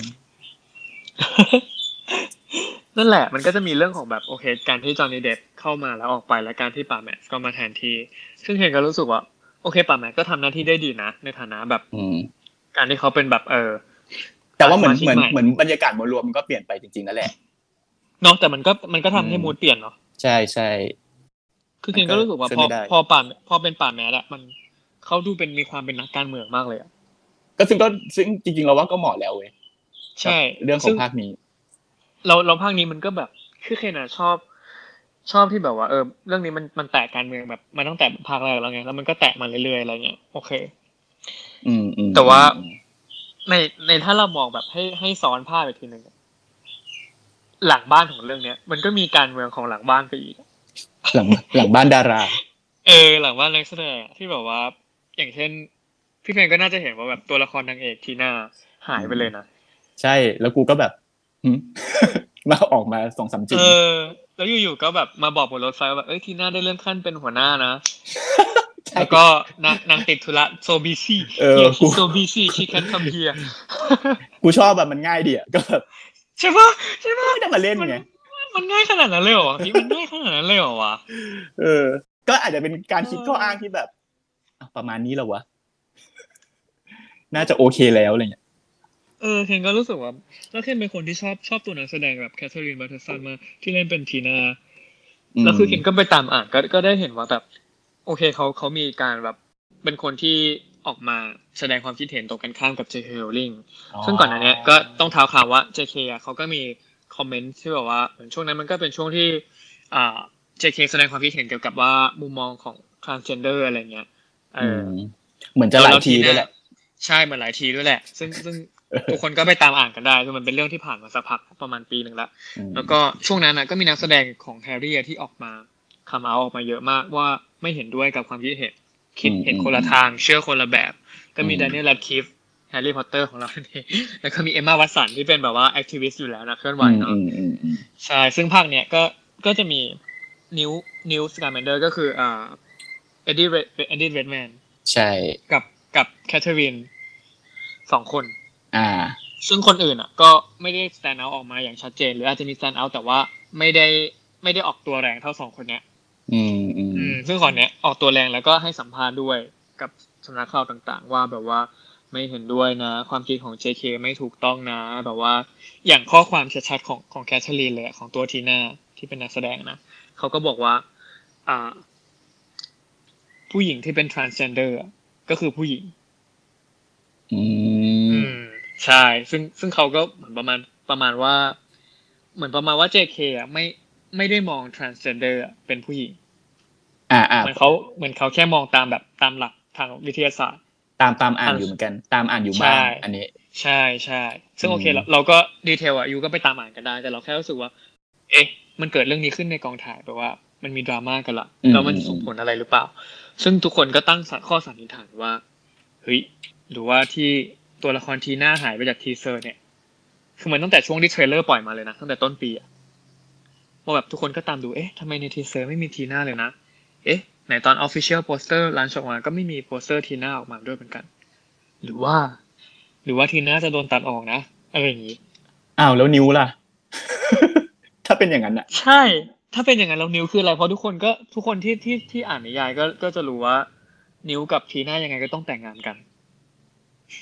นั่นแหละมันก็จะมีเรื่องของแบบโอเคการที่จอห์นนี่เดฟเข้ามาแล้วออกไปและการที่ป่าแม็กซ์ก็มาแทนที่ซึ่งเคนก็รู้สึกว่าโอเคป่าแม็กซ์ก็ทำหน้าที่ได้ดีนะในฐานะแบบอืมการที่เขาเป็นแบบเออแต่ว่าเหมือนสมาชิกเหมือนใหม่เหมือนบรรยากาศมวลรวมมันก็เปลี่ยนไปจริงๆนั่นแหละเนาะแต่มันก็มันก็ทำให้อืมมูดเปลี่ยนเนาะใช่ใช่คือเคนก็รู้สึกว่าช่วยพอไม่ได้พอป่าพอเป็นป่าแม็กซ์อะมันเขาดูเป็นมีความเป็นนักการเมืองมากเลยอะก็ซึ่งก็ซึ่งจริงๆเราว่าก็เหมาะแล้วเว้ยใช่เรื่องของภาคนี้เราเราภาคนี้มันก็แบบคือเคนอะชอบ ชอบที่แบบว่าเออเรื่องนี้มันมันแตะการเมืองแบบมาตั้งแต่ภาคแรกแล้วไงแล้วมันก็แตะมาเรื่อยๆอะไรเงี้ยโอเคอืมอืมแต่ว่าในในถ้าเรามองแบบให้ให้ซ้อนภาพอีกทีหนึ่งหลังบ้านของเรื่องเนี้ยมันก็มีการเมืองของหลังบ้านไปอีกหลังหลังบ้านดาราเออหลังบ้านนักแสดงที่แบบว่า อย่างเช่นพี่เฟนก็น่าจะเห็นว่าแบบตัวละครนางเอกทีน่าหายไปเลยนะใช่แล้วกูก็แบบหึ มาออกมาสองสามจริงเออ แล้วอยู่ๆก็แบบมาบอกบนรถไฟว่าแบบเอ้ยทีน่าได้เลื่อนขั้นเป็นหัวหน้านะใช่แล้วก็นางนางติดธุระโซบีซี่เออเฮียกูโซบีซี่ชีแคนคัมเฮียกูชอบแบบมันง่ายดีอ่ะก็แบบใช่ปะใช่ปะไม่ได้มาเล่นไงมันง่ายขนาดนั้นเลยเหรอพี่มันง่ายขนาดนั้นเลยเหรอวะเออ ก็อาจจะเป็นการคิดข้ออ้างที่แบบอ่ะประมาณนี้แล้ววะ น่าจะโอเคแล้วอะไรเงี้ยเออเคนก็รู้สึกว่าแล้วเคนเป็นคนที่ชอบชอบตัวนักแสดงแบบแคทเธอรีนบัตเทอร์สันมากที่เล่นเป็นทีน่าแล้วคือเคนก็ไปตามอ่านก็ก็ได้เห็นว่าแบบโอเคเขาเขามีการแบบเป็นคนที่ออกมาแสดงความคิดเห็นตรงกันข้ามกับ เจ เค Rowling ซึ่งก่อนหน้านี้ก็ต้องเท้าความว่า เจ เค อ่ะเขาก็มีคอมเมนต์ที่แบบว่าเหมือนช่วงนั้นมันก็เป็นช่วงที่อ่า เจ เค แสดงความคิดเห็นเกี่ยวกับว่ามุมมองของ transgender อะไรเงี้ยเออเหมือนจะหลายทีด้วยแหละใช่เหมือนหลายทีด้วยแหละ ซึ่งซึ่งทุกคนก็ไปตามอ่านกันได้คือมันเป็นเรื่องที่ผ่านมาสักพักประมาณปีหนึ่งแล้ว แล้วก็ช่วงนั้นนะก็มีนักแสดงของแฮร์รี่ที่ออกมาคัมเอาท์ออกมาเยอะมากว่าไม่เห็นด้วยกับความคิดเห็นคิดเห็นคนละทางเชื่อคนละแบบ ก็มีอืมแดเนียล แรดคลิฟฟ์แฮร์รี่พอตเตอร์ของเราเองแล้วก็มีเอมม่าวัตสันที่เป็นแบบว่าแอคทิวิสต์อยู่แล้วนะเคลื่อนไหวเนาะอืมอืมอืมใช่ซึ่งภาคเนี้ยก็ก็จะมีนิวนิวสกาแมนเดอร์ก็คืออ่าเอ็ดดี้เอ็ดดี้เรดแมนใช่กับกับแคทเธอรีนสองคนอ่าซึ่งคนอื่นอ่ะก็ไม่ได้ stand out ออกมาอย่างชัดเจนหรืออาจจะมี stand out แต่ว่าไม่ได้ไม่ได้ออกตัวแรงเท่าสองคนเนี้ยอืมอืมอืมซึ่งคนเนี้ยออกตัวแรงแล้วก็ให้สัมภาษณ์ด้วยกับสำนักข่าวต่างๆ ว่าแบบว่าไม่เห็นด้วยนะ ความคิดของ เจ เค ไม่ถูกต้องนะแบบว่าอย่างข้อความชัดๆของของแคทเธอรีนเลยอะของตัวทีน่าที่เป็นนักแสดงนะเขาก็บอกว่า อ่า ผู้หญิงที่เป็น transgender อะก็คือผู้หญิงอืมอืมใช่ซึ่งซึ่งเขาก็เหมือนประมาณประมาณว่า เหมือนประมาณว่า เจ เค อ่ะไม่ไม่ได้มอง transgender อ่ะเป็นผู้หญิงอ่าอ่าเหมือนเขาเหมือนเขาแค่มองตามแบบตามหลักทางวิทยาศาสตร์ตามตามอ่านอยู่เหมือนกัน ตามอ่านอยู่บ้างใช่อันนี้ใช่ใช่ซึ่งอืมโอเคเราเราก็ดีเทลอ่ะยูก็ไปตามอ่านกันได้ แต่เราแค่รู้สึกว่า เอ๊ะ มันเกิดเรื่องนี้ขึ้นในกองถ่ายแปลว่า มันมีดราม่ากันละแล้วมันส่งผลอะไรหรือเปล่า ซึ่งทุกคนก็ตั้งข้อสันนิษฐานว่าเฮ้ยหรือว่าที่ตัวละครทีน่าหายไปจากทีเซอร์เนี่ยคือมันตั้งแต่ช่วงที่เทรลเลอร์ปล่อยมาเลยนะตั้งแต่ต้นปีอะว่าแบบทุกคนก็ตามดูเอ๊ะทำไมในทีเซอร์ไม่มีทีน่าเลยนะเอ๊ะไหนตอน Official Poster ลันช์ออกมาก็ไม่มีโปสเตอร์ทีน่าออกมาด้วยเหมือนกัน หรือว่า หรือว่าทีน่าจะโดนตัดออกนะอะไรอย่างนี้อ้าวแล้วนิ้วล่ะ ถ้าเป็นอย่างนั้นอ่ะใช่ ถ้าเป็นอย่างนั้นแล้วนิวคืออะไรเพราะทุกคนก็ทุกคนที่ที่ที่อ่านนิยายก็ก็จะรู้ว่านิวกับทีน่ายังไงก็ต้องแต่งงานกัน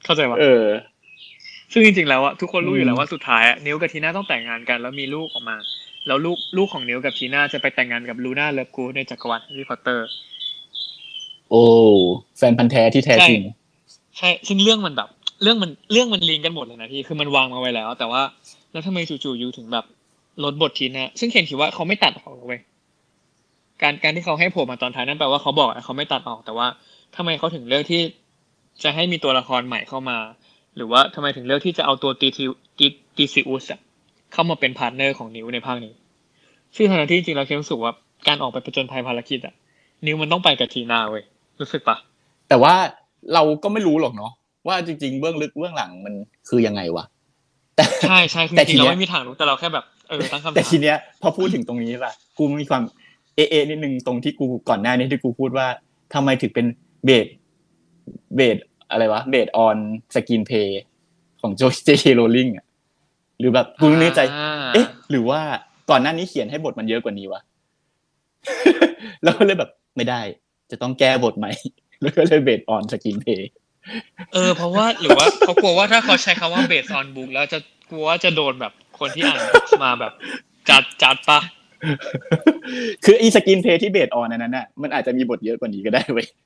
เข้าใจปะเออซึ่งจริงๆแล้วอะทุกคนรู้อยู่แล้วว่าสุดท้ายอะนิวกับทีน่าต้องแต่งงานกันแล้วมีลูกออกมาแล้วลูกลูกของนิวกับทีน่าจะไปแต่งงานกับลูน่าเลิฟกู๊ดในจักรวาลแฮร์รี่พอตเตอร์โอ้แฟนพันธุ์แท้ที่แท้จริงใช่ซึ่งเรื่องมันแบบเรื่องมันเรื่องมันลิงก์กันหมดเลยนะพี่คือมันวางมาไว้แล้วแต่ว่าแล้วทำไมจู่ๆยูถึงแบบลดบททีน่าซึ่งเคนคิดว่าเขาไม่ตัดออกเว้ยการการที่เขาให้โผล่มาตอนท้ายนั่นแปลว่าเขาบอกเขาไม่ตัดออกแต่ว่าทำไมเขาถึงเลือกที่จะให้มีตัวละครใหม่เข้ามาหรือว่าทำไมถึงเลือกที่จะเอาตัวตีตีตีซิอุสอะเข้ามาเป็นพาร์ทเนอร์ของนิวในภาคนี้ซึ่งขณะที่จริงๆแล้วเคนรู้สึกว่าการออกไปผจญภัยภารกิจอะนิวมันต้องไปกับทีน่าเว้ยรู้สึกปะแต่ว่าเราก็ไม่รู้หรอกเนาะว่าจริงๆเบื้องลึกเบื้องหลังมันคือยังไงวะแต่ใช่ใช่คือจริงๆเราไม่มีทางรู้แต่เราแค่แบบเออตั้งคำถามแต่ทีเนี้ยพอพูดถึงตรงนี้ป่ะกูมีความเอเอนิดนึงตรงที่กูก่อนหน้านี้ที่กูพูดว่าทำไมถึงเป็นเบสเบสอะไรวะเบสออนสกรีนเพลย์ของโจเจเคโรลลิงอ่ะหรือแบบกูนึกใจเอ๊ะหรือว่าก่อนหน้านี้เขียนให้บทมันเยอะกว่านี้วะ แล้วก็เลยแบบไม่ได้จะต้องแก้บทใหม่แล้วก็เลยเบสออนสกรีนเพลย์เออเพราะว่าหรือว่าเขากลัวว่าถ้าเขาใช้คำว่าเบสออนบุ๊กแล้วจะกลัวว่าจะโดนแบบคนที่อ่านมาแบบจัดจัดปะคืออีสกรีนเพลย์ที่เบสออนนั้นน่ะมันอาจจะมีบทเยอะกว่านี้ก็ได้เว้ย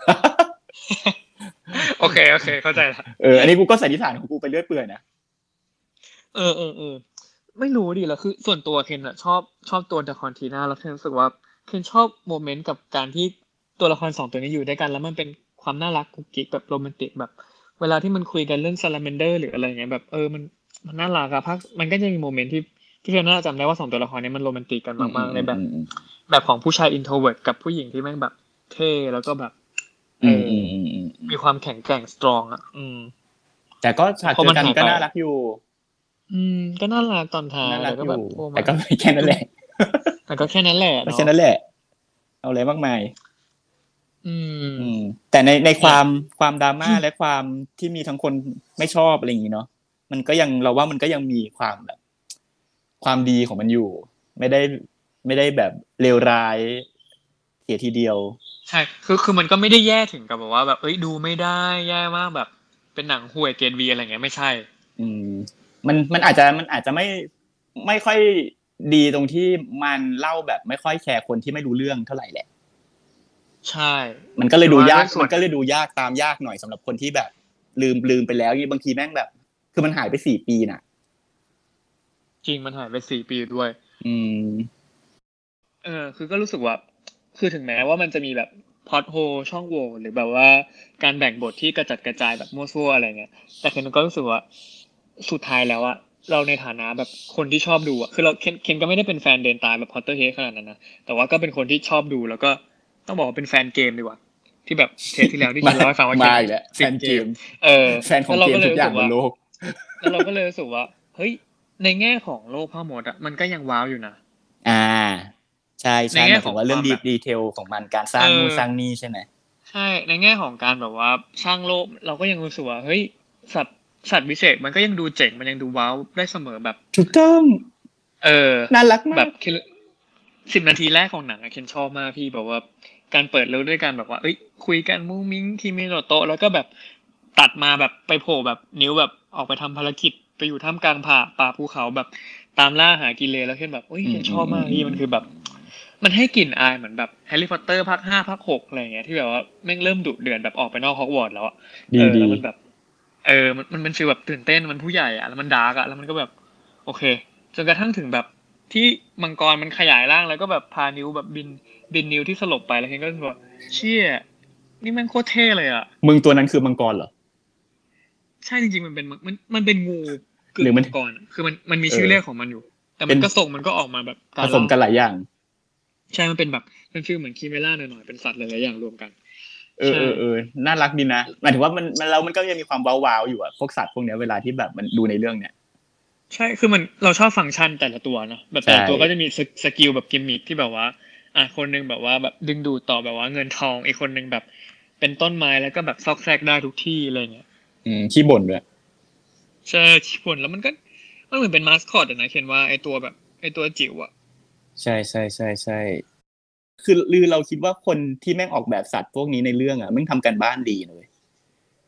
โอเคโอเคเข้าใจละเอออันนี้กูก็สันนิษฐานของกูไปเรื่อยเปื่อยนะเออเออเออไม่รู้ดิแล้วคือส่วนตัวเคนอะชอบชอบตัวเดอะคอนทีน่าแล้วเคนรู้สึกว่าเคนชอบโมเมนต์กับการที่ตัวละครสองตัวนี้อยู่ด้วยกันแล้วมันเป็นความน่ารักกุ๊กกิ๊กแบบโรแมนติกแบบเวลาที่มันคุยกันเรื่องซาลาแมนเดอร์หรืออะไรเงี้ยแบบเออมันมันน่ารักอะภาคมันก็จะมีโมเมนต์ที่ที่เคนน่าจำได้ว่าสองตัวละครนี้มันโรแมนติกกันมากๆในแบบแบบของผู้ชายอินโทรเวิร์ตกับผู้หญิงที่แม่งแบบเท่แล้วก็แบบเออมีความแข็งแกร่งสตรองอ่ะอืมแต่ก็ฉากเจอกันก็น่ารักอยู่อืมก็น่ารักตอนท้ายแล้วก็แบบแต่ก็แค่นั้นแหละแต่ก็แค่นั้นแหละเนาะแค่นั้นแหละเอาอะไรมากมายอืมอืมแต่ในในความความดราม่าและความที่มีทั้งคนไม่ชอบอะไรอย่างงี้เนาะมันก็ยังเราว่ามันก็ยังมีความแบบความดีของมันอยู่ไม่ได้ไม่ได้แบบเลวร้ายเสียทีเดียวใช่คือคือมันก็ไม่ได้แย่ถึงกับแบบว่าแบบเอ้ยดูไม่ได้แย่มากแบบเป็นหนังห่วยเกรด วี อะไรเงี้ยไม่ใช่อืมมันมันอาจจะมันอาจจะไม่ไม่ค่อยดีตรงที่มันเล่าแบบไม่ค่อยแคร์คนที่ไม่รู้เรื่องเท่าไหร่แหละใช่มันก็เลยดูยากมันก็เลยดูยากตามยากหน่อยสำหรับคนที่แบบลืมลืมไปแล้วบางทีแม่งแบบคือมันหายไปสี่ปีน่ะจริงมันหายไปสี่ปีด้วยอืมเออคือก็รู้สึกว่าคือถึงแม้ว่ามันจะมีแบบพล็อตโฮช่องโหว่หรือแบบว่าการแบ่งบทที่กระจัดกระจายแบบมั่วซั่วอะไรเงี้ยแต่คือมันก็รู้สึกว่าสุดท้ายแล้วอะเราในฐานะแบบคนที่ชอบดูอะคือเราเคนเคนก็ไม่ได้เป็นแฟนเดินตายแบบพอตเตอร์เฮดขนาดนั้นนะแต่ว่าก็เป็นคนที่ชอบดูแล้วก็ต้องบอกว่าเป็นแฟนเกมดีกว่าที่แบบเทปที่แล้วที่เคนเล่าให้ฟังว่าเคนแฟนเกมเออแฟนของเกมทุกอย่างบนโลกแล้วเราก็เลยรู้สึกว่าเฮ้ยในแง่ของโลกพ่อมดอะมันก็ยังว้าวอยู่นะอ่าใช่ใช่หมายถึงว่าเรื่องดีเทลของมันการสร้างนู่นสร้างนี่ใช่ไหมใช่ในแง่ของการแบบว่าสร้างโลกเราก็ยังรู้สึกว่าเฮ้ยสัตว์สัตว์วิเศษมันก็ยังดูเจ๋งมันยังดูว้าวได้เสมอแบบถูกต้องเออน่ารักมากแบบสิบนาทีแรกของหนังอะเคนชอบมากพี่แบบว่าการเปิดเรื่องด้วยกันแบบว่าเอ้ยคุยกันมุ้งมิ้งคิเมโนโตะแล้วก็แบบตัดมาแบบไปโผล่แบบนิ้วแบบออกไปทำภารกิจไปอยู่ท่ามกลางป่าป่าภูเขาแบบตามล่าหากิเลสแล้วเคนแบบเอ้ยเคนชอบมากพี่มันคือแบบมันให้กลิ่นอายเหมือนแบบแฮร์รี่พอตเตอร์ภาคห้าภาคหกอะไรเงี้ยที่แบบว่าแม่งเริ่มดุเดือดแบบออกไปนอกฮอกวอตส์แล้วอ่ะเออแล้วมันแบบเออมันมันเป็นฟีลแบบตื่นเต้นมันผู้ใหญ่อ่ะแล้วมันดาร์กอ่ะแล้วมันก็แบบโอเคจนกระทั่งถึงแบบที่มังกรมันขยายร่างแล้วก็แบบพานิ้วแบบบินบินนิ้วที่สลบไปแล้วเคนก็รู้สึกว่าเชี่ยนี่แม่งโคตรเท่เลยอ่ะมึงตัวนั้นคือมังกรเหรอใช่จริงๆมันเป็นมันมันเป็นงูกึ่งมังกรคือมันมันมีชื่อเรียกของมันอยู่แต่มันก็ส่งมันก็ออกมาแบบผสมกันหลายอย่างใช่มันเป็นแบบมันฟีลเหมือนคีเมล่าหน่อยๆเป็นสัตว์หลายๆอย่างรวมกันเออเออเออน่ารักดีนะหมายถึงว่ามันมันเรามันก็ยังมีความว้าวๆอยู่อะพวกสัตว์พวกเนี้ยเวลาที่แบบมันดูในเรื่องเนี้ยใช่คือมันเราชอบฟังก์ชันแต่ละตัวนะแบบแต่ละตัวก็จะมีสกิลแบบกิมมิคที่แบบว่าอ่ะคนนึงแบบว่าแบบดึงดูดต่อแบบว่าเงินทองอีกคนนึงแบบเป็นต้นไม้แล้วก็แบบซอกแซกได้ทุกที่อะไรเงี้ยอืมขี้บ่นด้วยใช่ขี้บ่นแล้วมันก็มันเหมือนเป็นมาสคอตนะเคนว่าไอตัวแบบไอตัวจิ๋วอะใช่ใช่ใช่ใช่คือลือเราคิดว่าคนที่แม่งออกแบบสัตว์พวกนี้ในเรื่องอ่ะแม่งทำกันบ้านดีเลย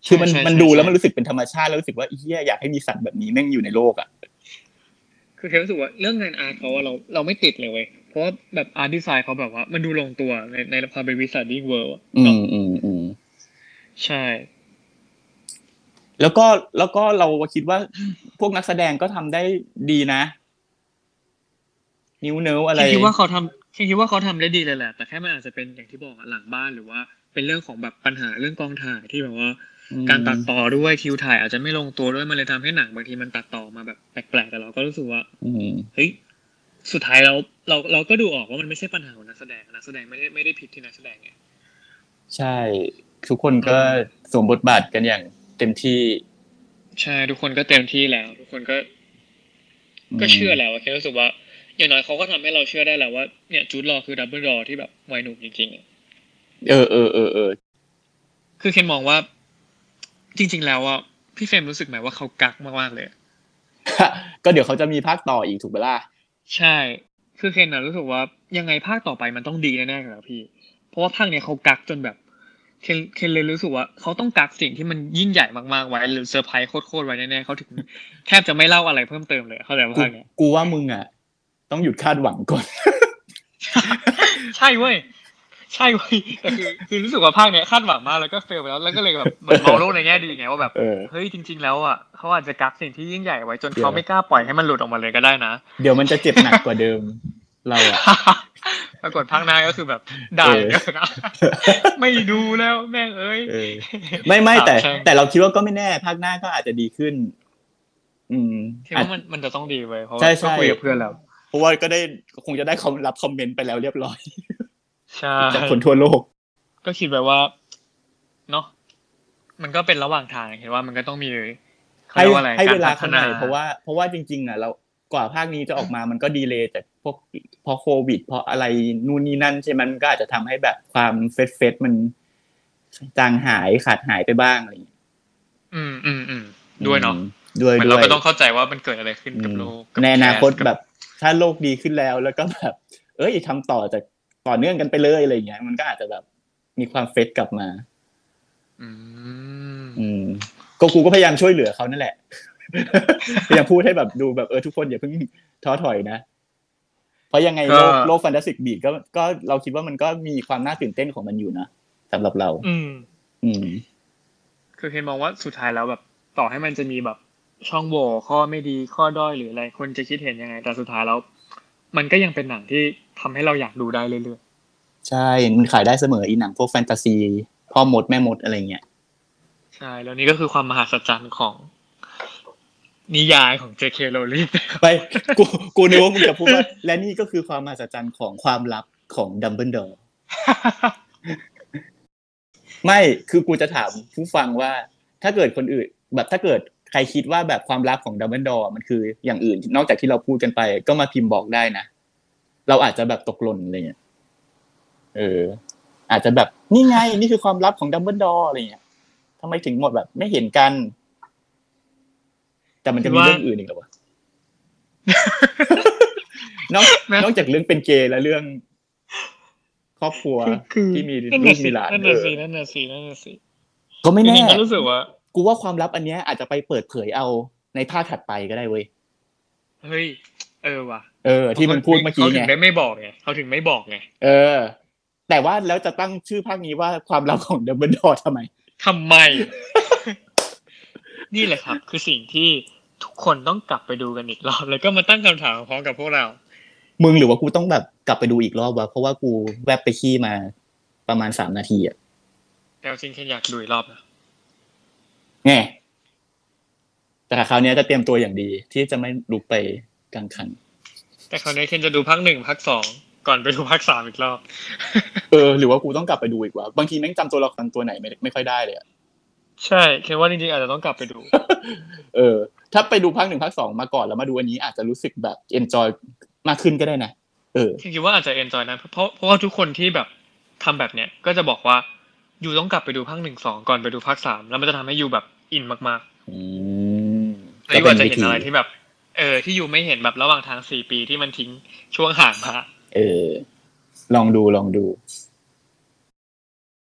คือมันมันดูแล้วมันรู้สึกเป็นธรรมชาติแล้วรู้สึกว่าเหี้ยอยากให้มีสัตว์แบบนี้แม่งอยู่ในโลกอ่ะคือแค่รู้สึกว่าเรื่องงานอาร์ตเขาเราเราไม่ติดเลยเว้ยเพราะว่าแบบอาร์ตดีไซน์เขาแบบว่ามันดูลงตัวในในความเป็นวิสัทดิ้งเวิลด์อืมอืมอืมใช่แล้วก็แล้วก็เราคิดว่าพวกนักแสดงก็ทำได้ดีนะนิ้วเนิ้วอะไรคิดว่าเขาทำคิดว่าเขาทำได้ดีเลยแหละแต่แค่มันอาจจะเป็นอย่างที่บอกหลังบ้านหรือว่าเป็นเรื่องของแบบปัญหาเรื่องกองถ่ายที่แบบว่าการตัดต่อด้วยคิวถ่ายอาจจะไม่ลงตัวด้วยมันเลยทำให้หนังบางทีมันตัดต่อมาแบบแปลกๆแต่เราก็รู้สึกว่าเฮ้ยสุดท้ายเราเราเราก็ดูออกว่ามันไม่ใช่ปัญหาของนักแสดงนักแสดงไม่ได้ไม่ได้ผิดที่นักแสดงไงใช่ทุกคนก็สวมบทบาทกันอย่างเต็มที่ใช่ทุกคนก็เต็มที่แล้วทุกคนก็ก็เชื่อแล้วแค่รู้สึกว่าอย่างน้อยเขาก็ทำให้เราเชื่อได้แล้วว่าเนี่ยจูดลอคือดับเบิลดอที่แบบวัยหนุ่มจริงๆเออเออเออเออคือเคนมองว่าจริงๆแล้วอ่ะพี่เฟรมรู้สึกไหมว่าเขากักมากๆเลยก็เดี๋ยวเขาจะมีภาคต่ออีกถูกไหมล่ะใช่คือเคนน่ะรู้สึกว่ายังไงภาคต่อไปมันต้องดีแน่ๆครับพี่เพราะว่าภาคเนี้ยเขากักจนแบบเคนเคนเลยรู้สึกว่าเขาต้องกักสิ่งที่มันยิ่งใหญ่มากๆไว้หรือเซอร์ไพรส์โคตรๆไว้แน่ๆเขาถึงแทบจะไม่เล่าอะไรเพิ่มเติมเลยเข้าใจป่ะภาคเนี้ยกูว่ามึงอ่ะต้องหยุดคาดหวังก่อนใช่เว้ยใช่เว้ยแต่คือคือรู้สึกว่าภาคเนี้ยคาดหวังมากแล้วก็เฟลไปแล้วแล้วก็เลยแบบเหมือนมองโลกในแง่ดีไงว่าแบบเฮ้ยจริงๆแล้วอ่ะเขาอาจจะกักสิ่งที่ยิ่งใหญ่ไว้จนเขาไม่กล้าปล่อยให้มันหลุดออกมาเลยก็ได้นะเดี๋ยวมันจะเจ็บหนักกว่าเดิมเราอ่ะปรากฏภาคหน้าก็คือแบบด่านะไม่ดูแล้วแม่งเอ้ยไม่ไม่แต่แต่เราคิดว่าก็ไม่แน่ภาคหน้าก็อาจจะดีขึ้นอืมคิดว่ามันมันจะต้องดีไปเพราะก็คุยกับเพื่อนแล้วเพราะว่าก็ได้คงจะได้รับคอมเมนต์ไปแล้วเรียบร้อยใช่จากคนทั่วโลกก็คิดไว้ว่าเนาะมันก็เป็นระหว่างทางเห็นว่ามันก็ต้องมีให้ให้เวลาเขาหน่อยเพราะว่าเพราะว่าจริงๆอ่ะเรากว่าภาคนี้จะออกมามันก็ดีเลย์จากพวกพอโควิดเพราะอะไรนู่นนี่นั่นใช่มันก็อาจจะทำให้แบบความเฟสเฟสมันจางหายขาดหายไปบ้างอะไรอย่างเงี้ยอืมอืมอืมด้วยเนาะด้วยด้วยเราก็ต้องเข้าใจว่ามันเกิดอะไรขึ้นกับโลกในอนาคตแบบถ้าโลกดีขึ้นแล้วแล้วก็แบบเอ้ยทำต่อจากต่อเนื่องกันไปเลยอะไรอย่างเงี้ยมันก็อาจจะแบบมีความเฟสกลับมาอืมอืมก็กูก็พยายามช่วยเหลือเขานั่นแหละพยายามพูดให้แบบดูแบบเออทุกคนอย่าเพิ่งท้อถอยนะเพราะยังไงโลกโลกแฟนตาซีบีทก็ก็เราคิดว่ามันก็มีความน่าตื่นเต้นของมันอยู่นะสำหรับเราอืมอืมคือเห็นมองว่าสุดท้ายแล้วแบบต่อให้มันจะมีแบบช่องโหว่ข้อไม่ดีข้อด้อยหรืออะไรคนจะคิดเห็นยังไงแต่สุดท้ายแล้วมันก็ยังเป็นหนังที่ทำให้เราอยากดูได้เรื่อยๆใช่มันขายได้เสมออีหนังพวกแฟนตาซีพ่อมดแม่มดอะไรเงี้ยใช่แล้วนี่ก็คือความมหัศจรรย์ของนิยายของ เจ เค Rowling ไปกูกูนึกว่ามึงจะพูดว่าและนี่ก็คือความมหัศจรรย์ของความลับของดัมเบิลดอร์ไม่คือกูจะถามผู้ฟังว่าถ้าเกิดคนอื่นแบบถ้าเกิดใครคิดว่าแบบความลับของดัมเบิลดอร์มันคืออย่างอื่นนอกจากที่เราพูดกันไปก็มาพิมพ์บอกได้นะเราอาจจะแบบตกหล่นอะไรเงี้ยเอออาจจะแบบนี่ไงนี่คือความลับของดัมเบิลดอร์อะไรเงี้ยทำไมถึงหมดแบบไม่เห็นกันแต่มันจะมีเรื่องอื่นอีกเหรอวะนอกนอกจากเรื่องเป็นเกย์และเรื่องครอบครัวที่มีลูกมีหลานนั่นน่ะสินั่นน่ะสินั่นน่ะสิก็ไม่แน่ก็รู้สึกว่ากูว่าความลับอันเนี้ยอาจจะไปเปิดเผยเอาในภาคถัดไปก็ได้เว้ยเฮ้ยเออว่ะเออที่มันพูดเมื่อกี้ไงเขาถึงได้ไม่บอกไงเขาถึงไม่บอกไงเออแต่ว่าแล้วจะตั้งชื่อภาคนี้ว่าความลับของดัมเบิลดอร์ทำไมทำไมนี่แหละครับคือสิ่งที่ทุกคนต้องกลับไปดูกันอีกรอบแล้วก็มาตั้งคำถามพร้อมกับพวกเรามึงหรือว่ากูต้องแบบกลับไปดูอีกรอบวะเพราะว่ากูแวบไปขี้มาประมาณสามนาทีอ่ะแต่จริงแค่อยากดูอีกรอบนะไงแต่คราวนี้จะเตรียมตัวอย่างดีที่จะไม่ลุกไปกลางคันแต่คราวนี้เคนจะดูภาคหนึ่งภาคสองก่อนไปดูภาคสามอีกรอบเออหรือว่ากูต้องกลับไปดูอีกวะบางทีแม่งจำตัวละครตัวไหนไม่ไม่ค่อยได้เลยอ่ะใช่เคนว่าจริงๆอาจจะต้องกลับไปดูเออถ้าไปดูภาคหนึ่งภาคสองมาก่อนแล้วมาดูอันนี้อาจจะรู้สึกแบบเอนจอยมากขึ้นก็ได้นะเออคิดว่าอาจจะเอนจอยนะเพราะเพราะว่าทุกคนที่แบบทำแบบเนี้ยก็จะบอกว่ายูต้องกลับไปดูภาคหนึ่งสองก่อนไปดูภาคสามแล้วมันจะทำให้ยูแบบอินมากๆอืมแล้วยูอาจจะเห็นอะไรที่แบบเออที่ยูไม่เห็นแบบระหว่างทางสี่ปีที่มันทิ้งช่วงห่างมาเออลองดูลองดูโอเค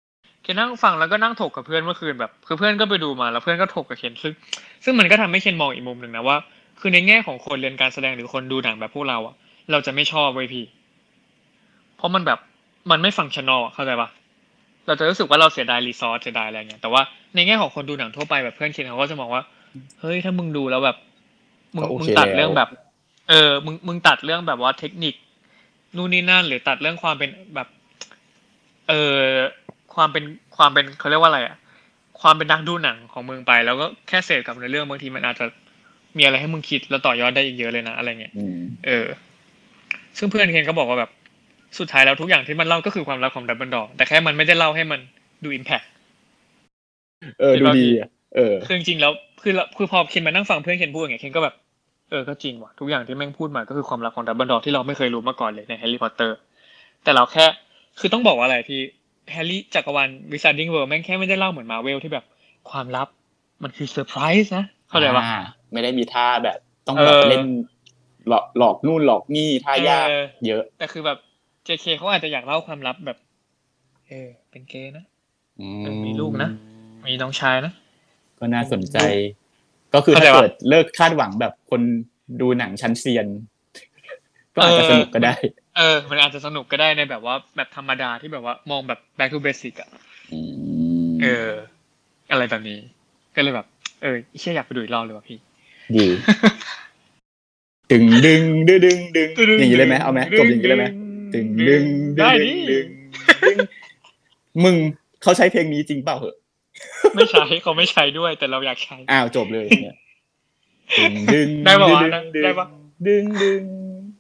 คนนั่งฟังแล้วก็นั่งถกกับเพื่อนเมื่อคืนแบบคือเพื่อนก็ไปดูมาแล้วเพื่อนก็ถกกับเคนซึ่งซึ่งมันก็ทำให้เคนมองอีกมุมหนึ่งนะว่าคือในแง่ของคนเรียนการแสดงหรือคนดูหนังแบบพวกเราอ่ะเราจะไม่ชอบเว้ยพี่เพราะมันแบบมันไม่ฟังก์ชันนอลเข้าใจปะเราจะรู้สึกว่าเราเสียดายรีซอสเสียดายอะไรเงี้ยแต่ว่าในแง่ของคนดูหนังทั่วไปแบบเพื่อนเคนเขาก็จะมองว่าเฮ้ยถ้ามึงดูแล้วแบบมึงมึงตัดเรื่องแบบเออมึงมึงตัดเรื่องแบบว่าเทคนิคนู่นนี่นั่นหรือตัดเรื่องความเป็นแบบเออความเป็นความเป็นเขาเรียกว่าอะไรอ่ะความเป็นนักดูหนังของมึงไปแล้วก็แค่เสพกับในเรื่องบางทีมันอาจจะมีอะไรให้มึงคิดแล้วต่อยอดได้อีกเยอะเลยนะอะไรเงี้ยเออซึ่งเพื่อนเคนก็บอกว่าแบบสุดท้ายแล้วทุกอย่างที่มันเล่าก็คือความลับของดับเบิลดอร์แต่แค่มันไม่ได้เล่าให้มันดูอิมแพคเออดูดีอ่ะเออคือจริงๆแล้วคือคือพอเคนมานั่งฟังเพื่อนเคนพูดอย่างเงี้ยเคนก็แบบเออก็จริงว่ะทุกอย่างที่แม่งพูดมาก็คือความลับของดับเบิลดอร์ที่เราไม่เคยรู้มาก่อนเลยในแฮร์รี่พอตเตอร์แต่เราแค่คือต้องบอกว่าอะไรพี่แฮร์รี่จักรวาลวิซาร์ดิ้งเวิลด์แม่งแค่ไม่ได้เล่าเหมือนมาเวลที่แบบความลับมันคือเซอร์ไพรส์นะเข้าใจปะไม่ได้มีท่าแบบต้องแบบเล่นหลอกหลอกนู่นหลอกนี่ท่ายากเยอะแต่คือแบบ เจ เค เขาอาจจะอยากเล่าความลับแบบเออเป็นเกย์นะมีลูกนะมีน้องชายนะก็น่าสนใจก็คือถ้าเกิดเลิกคาดหวังแบบคนดูหนังชั้นเซียนก็อาจจะสนุกก็ได้เออมันอาจจะสนุกก็ได้ในแบบว่าแบบธรรมดาที่แบบว่ามองแบบ back to basic อ่ะเอออะไรแบบนี้ก็เลยแบบเออเชื่ออยากไปดูอีกรอบเลยว่ะพี่ดีดึงดึงดึงดึงดึงอย่างนี้เลยไหมเอาไหมจบอย่างนี้เลยไหมดึงดึงดึงดึงมึงเขาใช้เพลงนี้จริงเปล่าเหรอไม่ใช้เขาไม่ใช้ด้วยแต่เราอยากใช้อ้าวจบเลยเนี่ยดึงดึงได้ป่ะได้ป่ะดึงดึง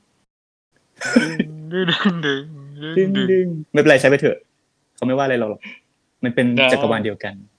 ดึงดึงดึงดึงดึงไม่เป็นไรใช้ไปเถอะเขาไม่ว่าอะไรเราหรอกมันเป็นจักรวาลเดียวกัน